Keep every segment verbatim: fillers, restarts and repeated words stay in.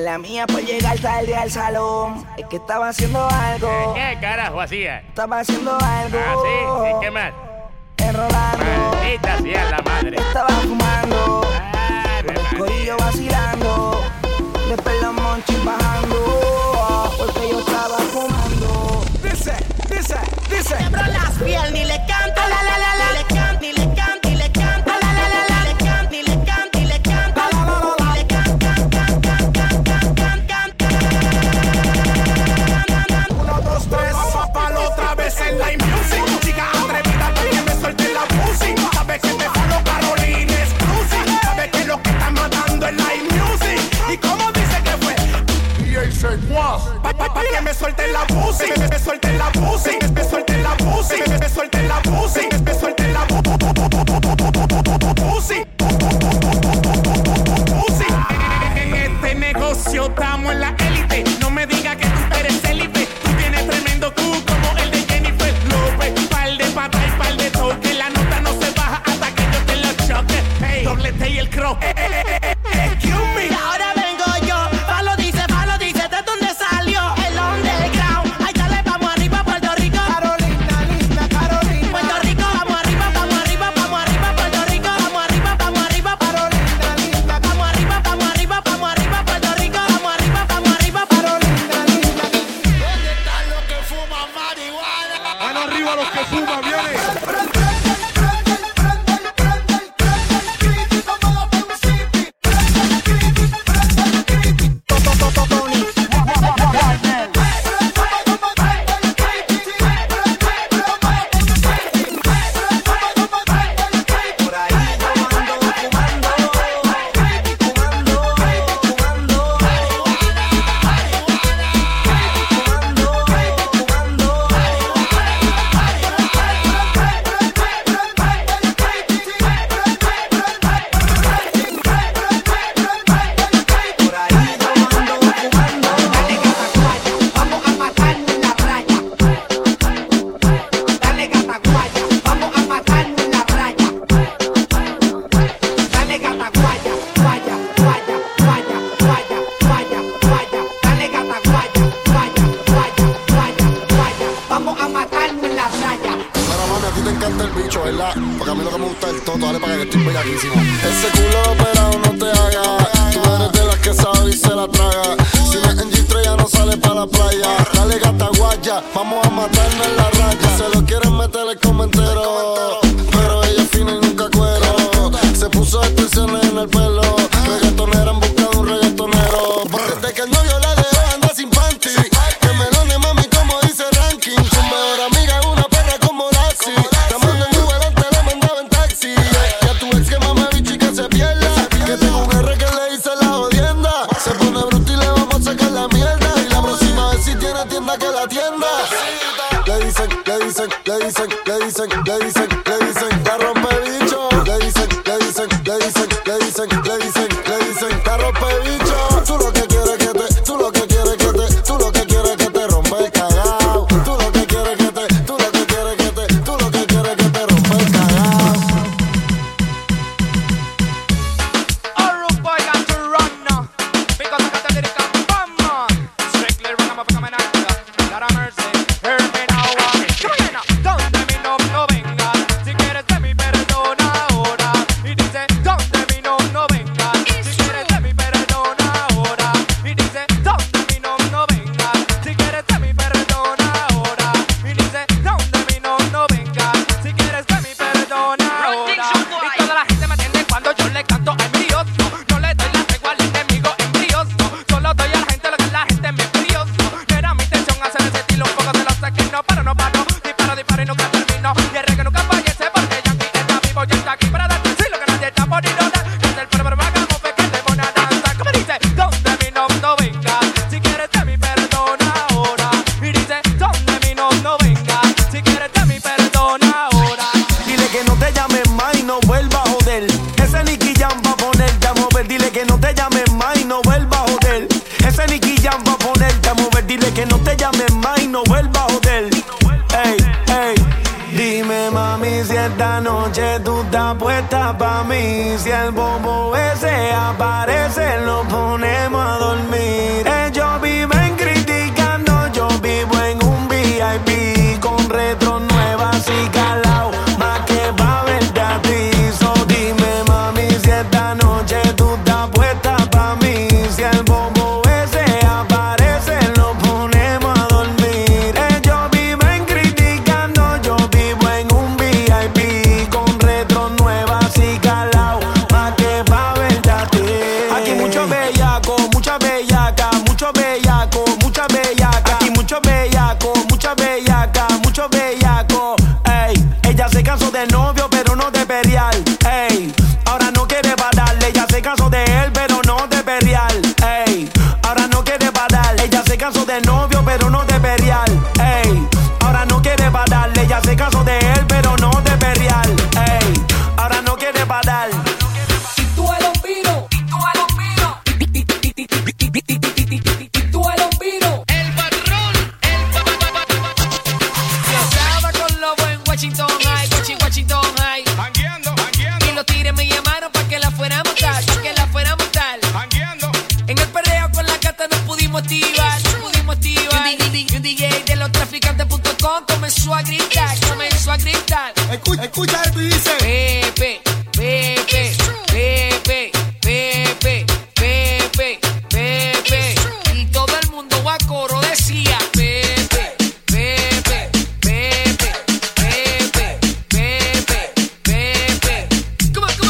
Mala mía por llegar tarde al salón. Es que estaba haciendo algo. ¿Qué carajo hacía? Estaba haciendo algo. Ah, sí. ¿Y qué más? Enrolando. Maldita sea la madre. Estaba fumando. Ah, Con el corillo vacilando. Después los monchis bajando. Porque yo estaba fumando. Dice, dice, dice. Quebro las piel, ni le canto, la la la la. Le canto, ni le canto, ni le canto, la la la la. Le canto, ni le canto, ni le canto, la la la la. Le canto, can, can, can, can, can, can, can. Uno, dos, tres, palo otra vez en la music. Chica atrevida, que me suelte la pussy. Sabes que te falo Carolina Exclusive. Sabes que lo que está matando es la music. Y como dice que fue y él se guau. Pa, pa, pa que me suelte la pussy. Me, me suelte la pussy. Me suelte la pussy. Me, me suelte la pussy. Me suelte la pussy. Pussy. En este negocio estamos en la élite. No me digas que tú eres élite. Tú tienes tremendo cu como el de Jennifer López. Par de pata y par de toque. La nota no se baja hasta que yo te la choque. Hey, doble T y el croc. Eh, eh, eh, eh, excuse me. Y ahora vengo yo. Falo dice, Falo dice, ¿de dónde salió el underground? Ay, dale, vamos arriba, Puerto Rico. Carolina, linda Carolina. Puerto Rico, vamos arriba, vamos arriba, vamos arriba, Puerto Rico, vamos arriba, vamos arriba, Carolina, linda. vamos arriba, vamos arriba, vamos arriba, Puerto Rico, vamos arriba, vamos arriba, Carolina, linda. ¿Dónde están los que fuman marihuana? Mano arriba los que fuman, viene. Porque a mí lo que me gusta es el toto, dale para que estoy bellaquísimo. Ese culo operado no te haga. Tú eres de las que sabe y se la traga. Si no es en G tres ya no sale para la playa. Dale gata guaya, vamos a matarnos en la raya. Se lo quieren meter el comentero, pero ella es fina y nunca cuero. Se puso extensiones en el pelo. Reggaetonera en busca de un reggaetonero. Desde que el novio la dejó anda sin panty. Que me done mami como dice ranking. Su mejor amiga es una perra como Daxi. Que tengo un R que le hice la jodienda. Se pone bruto y le vamos a sacar la mierda. Y la próxima vez si tiene tienda que la tienda. Le dicen, le dicen, le dicen, le dicen, le dicen, le dicen, la rompe bicho. Le dicen, le dicen, le dicen, le dicen, le dicen, le dicen, la rompe bicho. Tú lo que quieres que te, tú lo que quieres que te, tú lo que quieres que te rompa el cagao. Tú lo que quieres que te, tú lo que quieres que te, tú lo que quieres que te rompa el cagao. Donde mi no, no venga. Si quieres de mi perdona. si esta noche tú estás puesta pa' mí. Si el bobo ese aparece, lo ponemos a dormir. Ellos viven criticando, yo vivo en un V I P con retro nuevas y calao, más que pa' verte a ti. So dime, mami, si esta noche tú estás puesta pa' mí. Si el bobo ese aparece, lo ponemos a dormir. Ellos viven criticando, yo vivo en un V I P con retro nuevas y calao, más que pa' verte a ti. Aquí muchos bellacos, muchas bellacas, muchos bellacos, muchas bellacas. Aquí muchos bellacos, muchas bellacas, muchos bellacos. Ey, ella se cansó del novio, pero no de perrear. Ey, ahora no quiere darle. Ella se cansó de él, pero no de perrear. Ey, ahora no quiere parar. Ella se cansó del novio, pero no de perrear. Ey, ahora no quiere darle. Ella se cansó de él, pero no de perrear. Ey, ahora no quiere parar. Y tú el ombiro, y tú el ombiro, y tú el ombiro. El patrón, el Yo estaba con Lobo en Washington High, Wachi- Washington High. Jangueando, jangueando, Y los tigres me llamaron pa' que la fuéramos tal, pa' que la fuéramos tal. jangueando. En el perreo con la gata nos pudimos activar, nos pudimos activar. Y un D J, y un D J de los traficantes punto com comenzó a gritar, comenzó a gritar. Escucha, escucha esto y dice: Pepe, Pepe, Pepe, Pepe, Pepe, Pepe. Y todo el mundo a coro decía Pepe, Pepe, Pepe, Pepe, Pepe, Pepe. Come on, come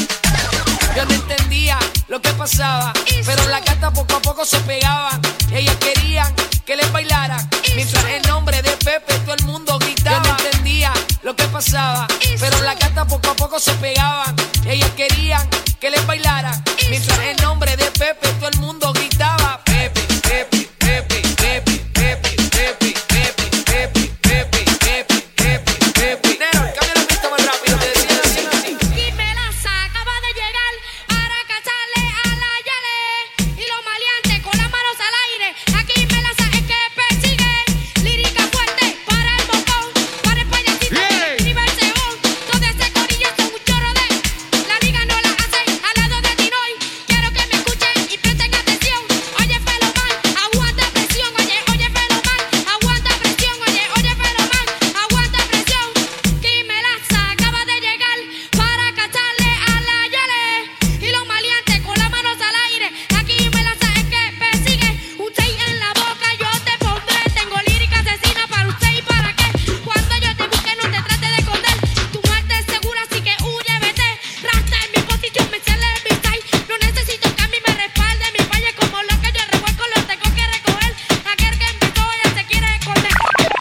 on. Yo no entendía lo que pasaba, pero las gatas poco a poco se pegaban. Ellas querían que les bailaran, mientras el nombre de Pepe todo el mundo gritaba. Yo no entendía lo que pasaba, pero las gatas poco a poco se pegaban. Ellas querían que les bailaran, mientras el nombre de Pepe todo el mundo gritaba. Pepe, Pepe, Pepe, Pepe, Pepe, Pepe, Pepe, Pepe, Pepe, Pepe, Pepe, Pepe. Nero, cambia la pista más rápido, te decían así, así. Quimelaza acaba de llegar para cacharle a la Yale. Y los maleantes con las manos al aire. Aquí Melaza es que persigue. Lírica fuerte para el bocón, para el payasito y nivel según. Todo ese corillo son un chorro de. La liga no la hace al lado de Tinoy. Quiero que me escuchen y presten atención. Oye, Felomán, aguanta presión. Oye, oye, Felomán, aguanta presión. Oye, oye, Felomán, aguanta presión. Quimelaza acaba de llegar para cacharle a la Yale. Y los maleantes con las manos al aire. Aquí Melaza es que persigue. Un seis en la boca yo te pondré. Tengo lírica asesina para usted y para qué. Cuando yo te busque no te trate de esconder. Tu muerte es segura, así que huye, vete. Rasta en mi posición, me sale el freestyle. No necesito que a mí me respalde. Mi valle como lo que yo revuelco lo tengo que recoger. Aquel que empezó ya se quiere esconder.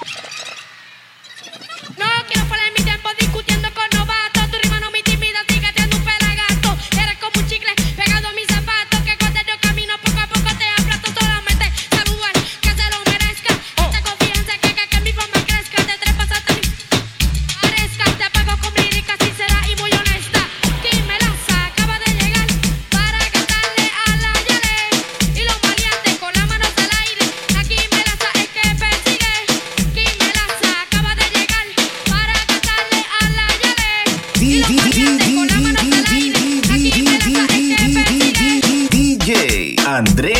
No quiero perder mi tiempo discutiendo con novatos. Tu rima no me intimida, sigue siendo un pelagato. Eres como un chicle pegado a mis zapatos. Que cuando yo camino poco a poco te aplasto. Solamente saludo al que se lo merezca. Esta confianza que haga que mi fama crezca. Te trepas hasta mí, parezca. Te pego con lírica sincera y muy honesta. Quimelaza acaba de llegar para cantarle a la Yale. Y los maleantes con las manos al aire. Aquí Melaza es que persigue. Quimelaza acaba de llegar para cantarle a la Yale. Y los maleantes con las manos al aire. Aquí Melaza es que persigue. D J Andrés